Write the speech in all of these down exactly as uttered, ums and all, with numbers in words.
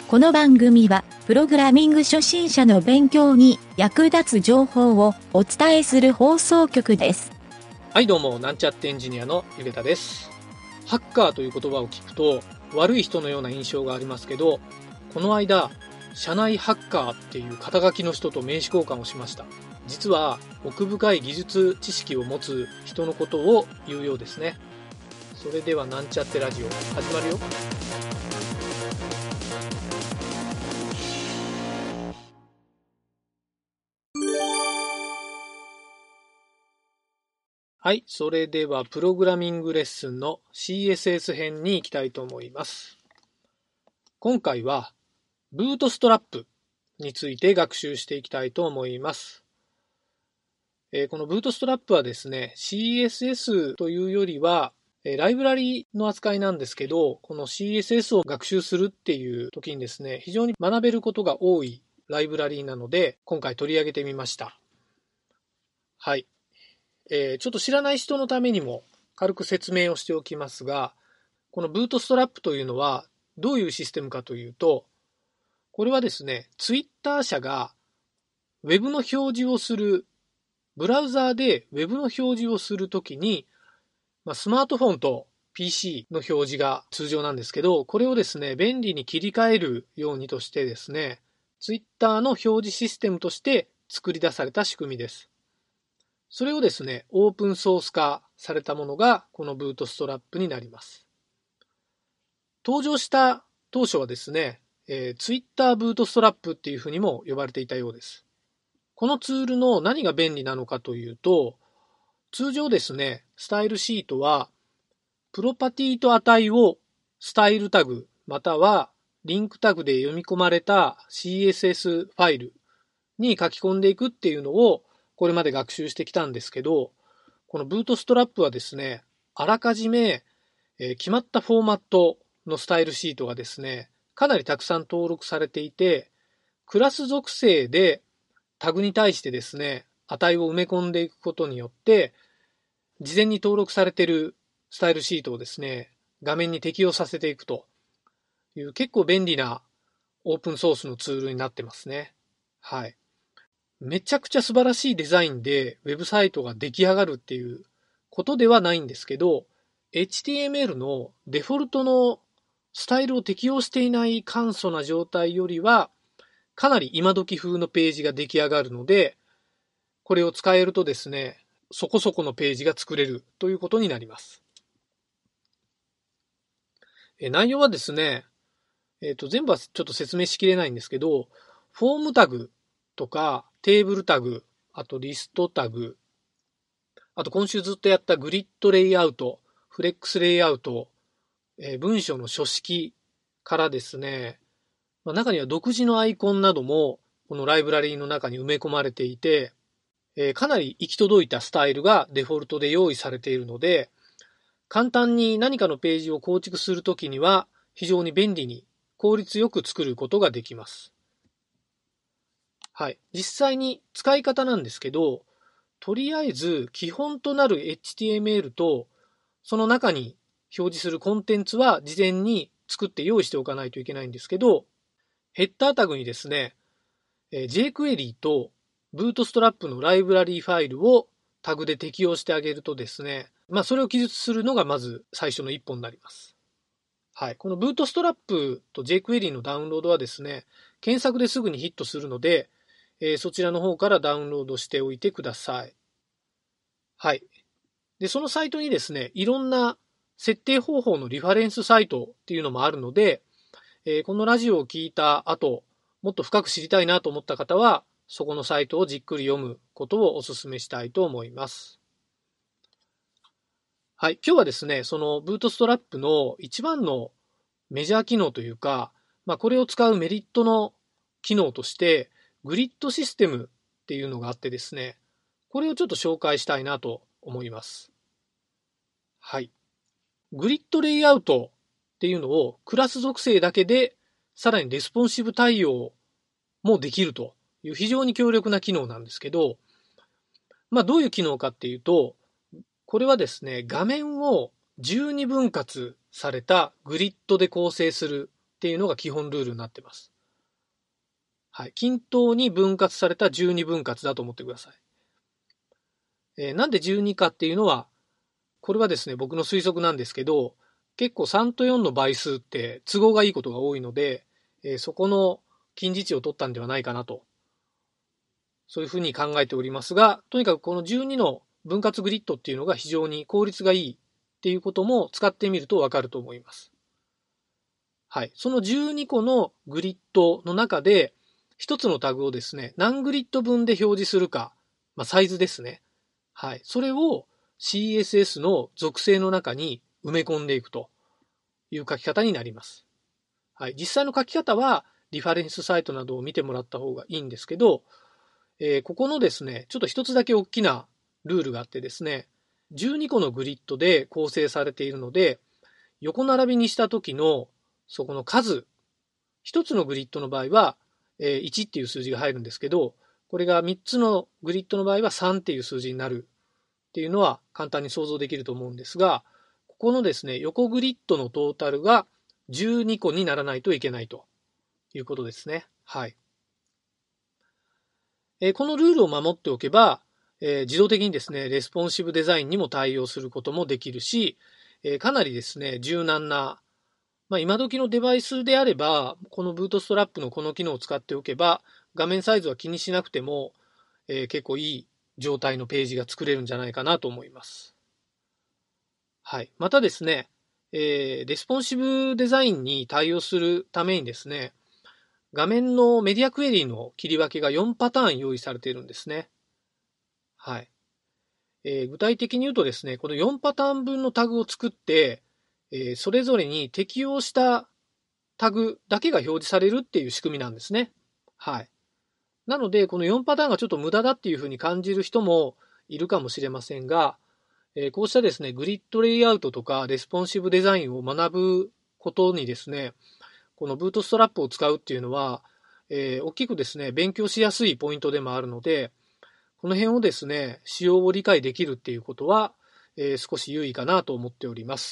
この番組は、プログラミング初心者の勉強に役立つ情報をお伝えする放送局です。 はい、どうも、なんちゃってエンジニアのゆげたです。ハッカーという言葉を聞くと、悪い人のような印象がありますけど、この間、社内ハッカーっていう肩書きの人と名刺交換をしました。実は、奥深い技術知識を持つ人のことを言うようですね。それでは、なんちゃってラジオ、始まるよ。はい、それではプログラミングレッスンの シーエスエス 編に行きたいと思います。今回はブートストラップについて学習していきたいと思います。えー、このブートストラップはですね、シーエスエス というよりは、えー、ライブラリの扱いなんですけど、この シーエスエス を学習するっていう時にですね、非常に学べることが多いライブラリなので、今回取り上げてみました。はい。えー、ちょっと知らない人のためにも軽く説明をしておきますが、このブートストラップというのはどういうシステムかというと、これはですね、ツイッター社がウェブの表示をする、ブラウザーでウェブの表示をするときに、まあ、スマートフォンと ピーシー の表示が通常なんですけど、これをですね、便利に切り替えるようにとしてですね、ツイッターの表示システムとして作り出された仕組みです。それをですね、オープンソース化されたものがこのブートストラップになります。登場した当初はですね、えー、Twitter ブートストラップっていうふうにも呼ばれていたようです。このツールの何が便利なのかというと、通常ですね、スタイルシートは、プロパティと値をスタイルタグ、またはリンクタグで読み込まれた シーエスエス ファイルに書き込んでいくっていうのをこれまで学習してきたんですけど、このブートストラップはですね、あらかじめ決まったフォーマットのスタイルシートがですね、かなりたくさん登録されていて、クラス属性でタグに対してですね、値を埋め込んでいくことによって、事前に登録されているスタイルシートをですね、画面に適用させていくという結構便利なオープンソースのツールになってますね。はい。めちゃくちゃ素晴らしいデザインでウェブサイトが出来上がるっていうことではないんですけど、エイチティーエムエル のデフォルトのスタイルを適用していない簡素な状態よりは、かなり今時風のページが出来上がるので、これを使えるとですね、そこそこのページが作れるということになります。え内容はですね、えっと、全部はちょっと説明しきれないんですけど、フォームタグとかテーブルタグ、あとリストタグ、あと今週ずっとやったグリッドレイアウト、フレックスレイアウト、えー、文章の書式からですね、まあ、中には独自のアイコンなどもこのライブラリーの中に埋め込まれていて、えー、かなり行き届いたスタイルがデフォルトで用意されているので、簡単に何かのページを構築するときには非常に便利に効率よく作ることができます。はい。実際に使い方なんですけど、とりあえず基本となる エイチティーエムエル とその中に表示するコンテンツは事前に作って用意しておかないといけないんですけど、ヘッダータグにですね、jQuery と Bootstrap のライブラリーファイルをタグで適用してあげるとですね、まあそれを記述するのがまず最初の一歩になります。はい。この Bootstrap と jQuery のダウンロードはですね、検索ですぐにヒットするので、えー、そちらの方からダウンロードしておいてください。はい。で、そのサイトにですね、いろんな設定方法のリファレンスサイトっていうのもあるので、えー、このラジオを聞いた後、もっと深く知りたいなと思った方は、そこのサイトをじっくり読むことをお勧めしたいと思います。はい。今日はですね、そのブートストラップの一番のメジャー機能というか、まあこれを使うメリットの機能として、グリッドシステムっていうのがあってですね、これをちょっと紹介したいなと思います。はい。グリッドレイアウトっていうのをクラス属性だけでさらにレスポンシブ対応もできるという非常に強力な機能なんですけど、まあどういう機能かっていうと、これはですね、画面をじゅうにぶん割されたグリッドで構成するっていうのが基本ルールになってます。はい。均等に分割されたじゅうにぶん割だと思ってください。えー、なんでじゅうにかっていうのは、これはですね、僕の推測なんですけど、結構さんとよんの倍数って都合がいいことが多いので、えー、そこの近似値を取ったんではないかなと、そういうふうに考えておりますが、とにかくこのじゅうにの分割グリッドっていうのが非常に効率がいいっていうことも使ってみるとわかると思います。はい。そのじゅうにこのグリッドの中で、一つのタグをですね、何グリッド分で表示するか、まあ、サイズですね。はい。それを シーエスエス の属性の中に埋め込んでいくという書き方になります。はい。実際の書き方は、リファレンスサイトなどを見てもらった方がいいんですけど、えー、ここのですね、ちょっと一つだけ大きなルールがあってですね、じゅうにこのグリッドで構成されているので、横並びにした時のそこの数、一つのグリッドの場合は、えー、いちっていう数字が入るんですけど、これがみっつのグリッドの場合はさんっていう数字になるっていうのは簡単に想像できると思うんですが、ここのですね、横グリッドのトータルがじゅうにこにならないといけないということですね。はい。えー、このルールを守っておけば、えー、自動的にですね、レスポンシブデザインにも対応することもできるし、えー、かなりですね、柔軟な、まあ、今時のデバイスであれば、このブートストラップのこの機能を使っておけば、画面サイズは気にしなくても、えー、結構いい状態のページが作れるんじゃないかなと思います。はい。またですね、えー、レスポンシブデザインに対応するためにですね、画面のメディアクエリの切り分けがよんパターン用意されているんですね。はい。えー、具体的に言うとですね、このよんパターン分のタグを作って、えー、それぞれに適用したタグだけが表示されるっていう仕組みなんですね。はい。なので、このよんパターンがちょっと無駄だっていうふうに感じる人もいるかもしれませんが、えー、こうしたですね、グリッドレイアウトとかレスポンシブデザインを学ぶことにですね、このブートストラップを使うっていうのは、えー、大きくですね、勉強しやすいポイントでもあるので、この辺をですね、仕様を理解できるっていうことは、えー、少し優位かなと思っております。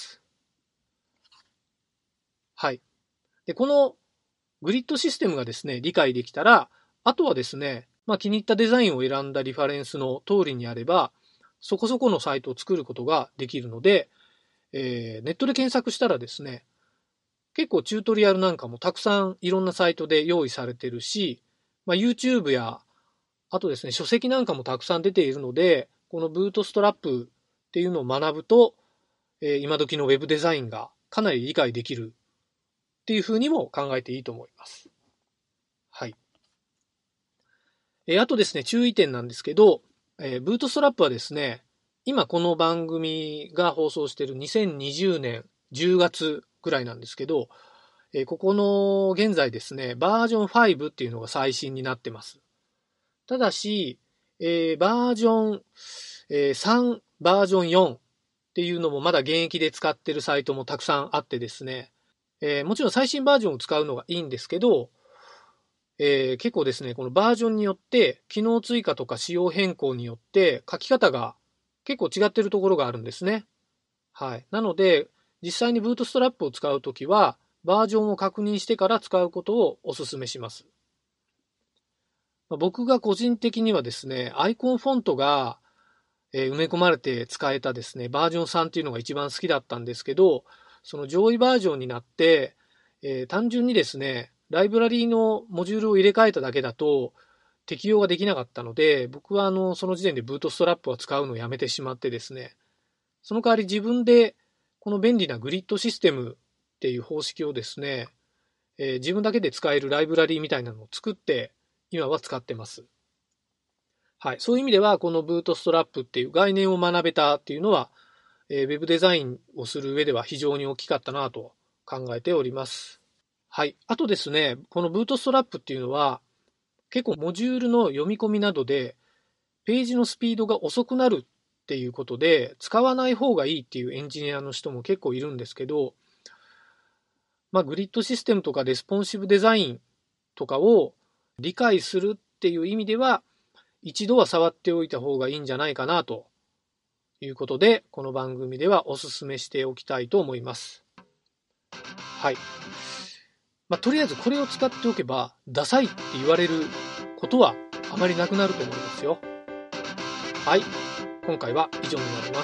はい。で、このグリッドシステムがですね、理解できたら、あとはですね、まあ、気に入ったデザインを選んだリファレンスの通りにあれば、そこそこのサイトを作ることができるので、えー、ネットで検索したらですね、結構チュートリアルなんかもたくさんいろんなサイトで用意されてるし、まあ、YouTube や、あとですね、書籍なんかもたくさん出ているので、このブートストラップっていうのを学ぶと、えー、今時のウェブデザインがかなり理解できるっていうふうにも考えていいと思います。はい。えー、あとですね、注意点なんですけど、えー、ブートストラップはですね、今この番組が放送しているにせんにじゅうねんじゅうがつぐらいなんですけど、えー、ここの現在ですね、バージョンファイブっていうのが最新になってます。ただし、えー、バージョン、えー、さん、バージョンよんっていうのもまだ現役で使ってるサイトもたくさんあってですね、えー、もちろん最新バージョンを使うのがいいんですけど、えー、結構ですね、このバージョンによって機能追加とか仕様変更によって書き方が結構違ってるところがあるんですね。はい。なので、実際にブートストラップを使うときは、バージョンを確認してから使うことをお勧めします。僕が個人的にはですね、アイコンフォントが埋め込まれて使えたですね、バージョンさんっていうのが一番好きだったんですけど、その上位バージョンになって、えー、単純にですね、ライブラリーのモジュールを入れ替えただけだと適用ができなかったので、僕はあの、その時点でブートストラップは使うのをやめてしまってですね、その代わり自分でこの便利なグリッドシステムっていう方式をですね、えー、自分だけで使えるライブラリーみたいなのを作って今は使ってます。はい。そういう意味では、このブートストラップっていう概念を学べたっていうのは、えー、ウェブデザインをする上では非常に大きかったなと考えております。はい。あとですね、このブートストラップっていうのは、結構モジュールの読み込みなどで、ページのスピードが遅くなるっていうことで、使わない方がいいっていうエンジニアの人も結構いるんですけど、まあ、グリッドシステムとかレスポンシブデザインとかを理解するっていう意味では、一度は触っておいた方がいいんじゃないかなということで、この番組ではお勧めしておきたいと思います。はい。 まあ、とりあえずこれを使っておけば、ダサいって言われることはあまりなくなると思いますよ。はい。今回は以上になります。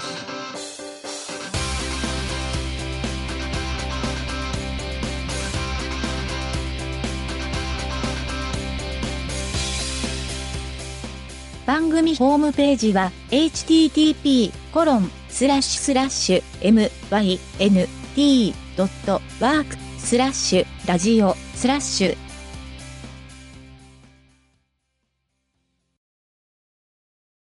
番組ホームページは エイチティーティーピーコロンスラッシュスラッシュエムワイエヌティードットワークスラッシュラジオスラッシュ